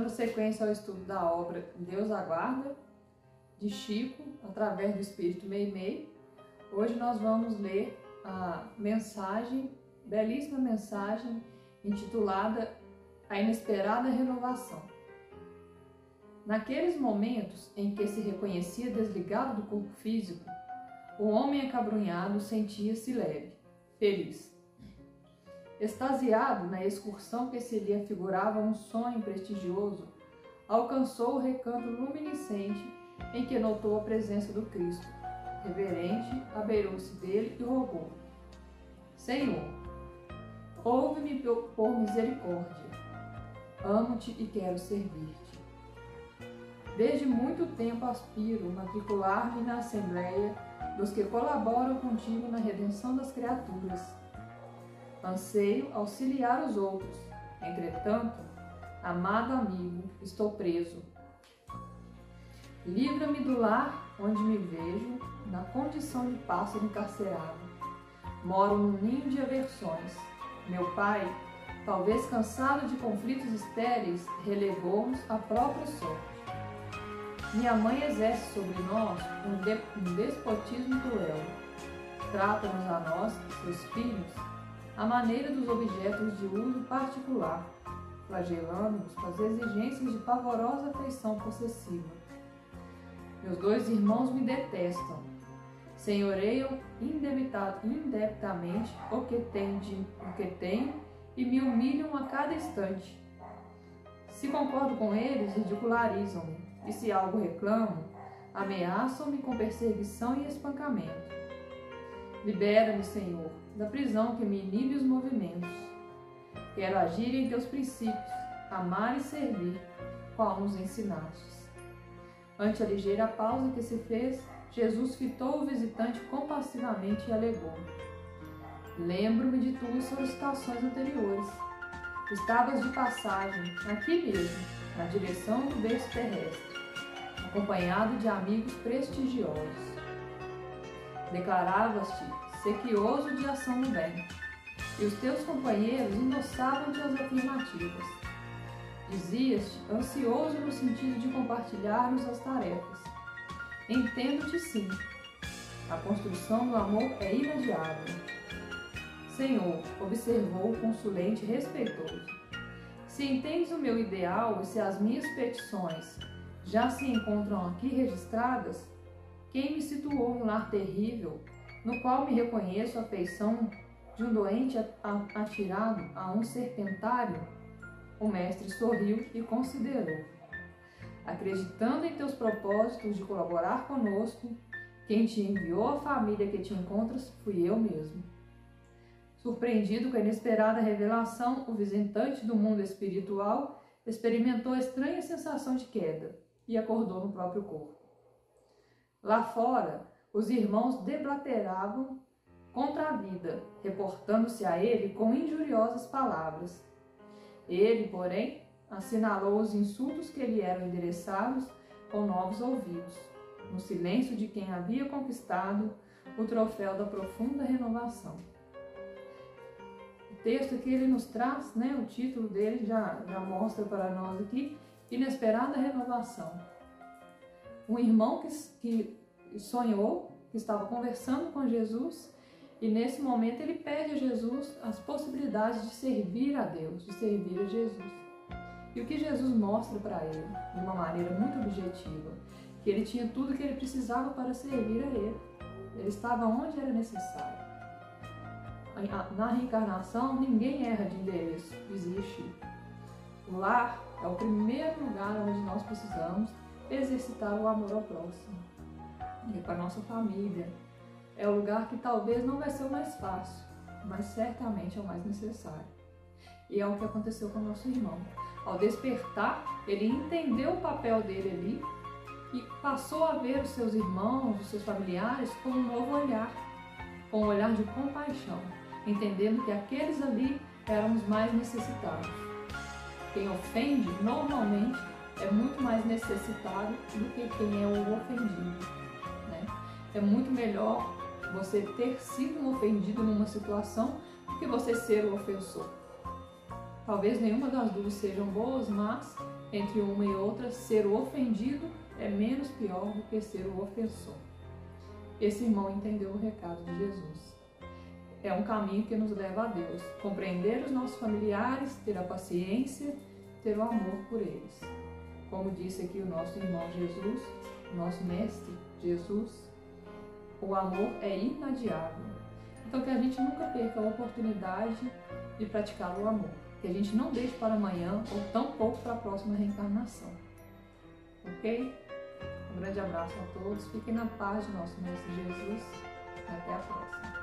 Dando sequência ao estudo da obra Deus Aguarda, de Chico, através do Espírito Meimei, hoje nós vamos ler a mensagem, belíssima mensagem, intitulada A Inesperada Renovação. Naqueles momentos em que se reconhecia desligado do corpo físico, o homem acabrunhado sentia-se leve, feliz. Extasiado na excursão que se lhe afigurava um sonho prestigioso, alcançou o recanto luminescente em que notou a presença do Cristo. Reverente, abeirou-se dele e rogou: Senhor, ouve-me por misericórdia. Amo-te e quero servir-te. Desde muito tempo aspiro matricular-me na Assembleia dos que colaboram contigo na redenção das criaturas. Anseio auxiliar os outros. Entretanto, amado amigo, estou preso. Livra-me do lar onde me vejo, na condição de pássaro encarcerado. Moro num ninho de aversões. Meu pai, talvez cansado de conflitos estéreis, relegou-nos à própria sorte. Minha mãe exerce sobre nós um despotismo cruel. Trata-nos a nós, seus filhos, à maneira dos objetos de uso particular, flagelando-nos com as exigências de pavorosa afeição possessiva. Meus dois irmãos me detestam, senhoreiam indebitamente o que tenho e me humilham a cada instante. Se concordo com eles, ridicularizam-me, e se algo reclamo, ameaçam-me com perseguição e espancamento. Libera-me, Senhor, da prisão que me inibe os movimentos. Quero agir em teus princípios, amar e servir, qual nos ensinastes. Ante a ligeira pausa que se fez, Jesus fitou o visitante compassivamente e alegou: Lembro-me de tuas solicitações anteriores. Estavas de passagem, aqui mesmo, na direção do berço terrestre, acompanhado de amigos prestigiosos. Declaravas-te sequioso de ação no bem, e os teus companheiros endossavam-te as afirmativas. Dizias-te ansioso no sentido de compartilhar-nos as tarefas. Entendo-te sim. A construção do amor é inadiável. Senhor, observou o consulente respeitoso, se entendes o meu ideal e se as minhas petições já se encontram aqui registradas, quem me situou no lar terrível, no qual me reconheço a feição de um doente atirado a um serpentário? O mestre sorriu e considerou. Acreditando em teus propósitos de colaborar conosco, quem te enviou a família que te encontras fui eu mesmo. Surpreendido com a inesperada revelação, o visitante do mundo espiritual experimentou a estranha sensação de queda e acordou no próprio corpo. Lá fora, os irmãos deblateravam contra a vida, reportando-se a ele com injuriosas palavras. Ele, porém, assinalou os insultos que lhe eram endereçados com novos ouvidos, no silêncio de quem havia conquistado o troféu da profunda renovação. O texto que ele nos traz, o título dele já mostra para nós aqui, Inesperada Renovação. Um irmão que sonhou, que estava conversando com Jesus, e nesse momento ele pede a Jesus as possibilidades de servir a Deus, de servir a Jesus. E o que Jesus mostra para ele, de uma maneira muito objetiva, que ele tinha tudo que ele precisava para servir a ele. Ele estava onde era necessário. Na reencarnação, ninguém erra de endereço, existe. O lar é o primeiro lugar onde nós precisamos exercitar o amor ao próximo. E para a nossa família. É o lugar que talvez não vai ser o mais fácil, mas certamente é o mais necessário. E é o que aconteceu com o nosso irmão. Ao despertar, ele entendeu o papel dele ali e passou a ver os seus irmãos, os seus familiares com um novo olhar, com um olhar de compaixão, entendendo que aqueles ali eram os mais necessitados. Quem ofende, normalmente, é muito mais necessitado do que quem é o ofendido. É muito melhor você ter sido um ofendido numa situação do que você ser o ofensor. Talvez nenhuma das duas sejam boas, mas entre uma e outra, ser o ofendido é menos pior do que ser o ofensor. Esse irmão entendeu o recado de Jesus. É um caminho que nos leva a Deus. Compreender os nossos familiares, ter a paciência, ter o amor por eles. Como disse aqui o nosso irmão Jesus, o nosso mestre Jesus, o amor é inadiável. Então que a gente nunca perca a oportunidade de praticar o amor. Que a gente não deixe para amanhã ou tão pouco para a próxima reencarnação. Ok? Um grande abraço a todos. Fiquem na paz de nosso Mestre Jesus. Até a próxima.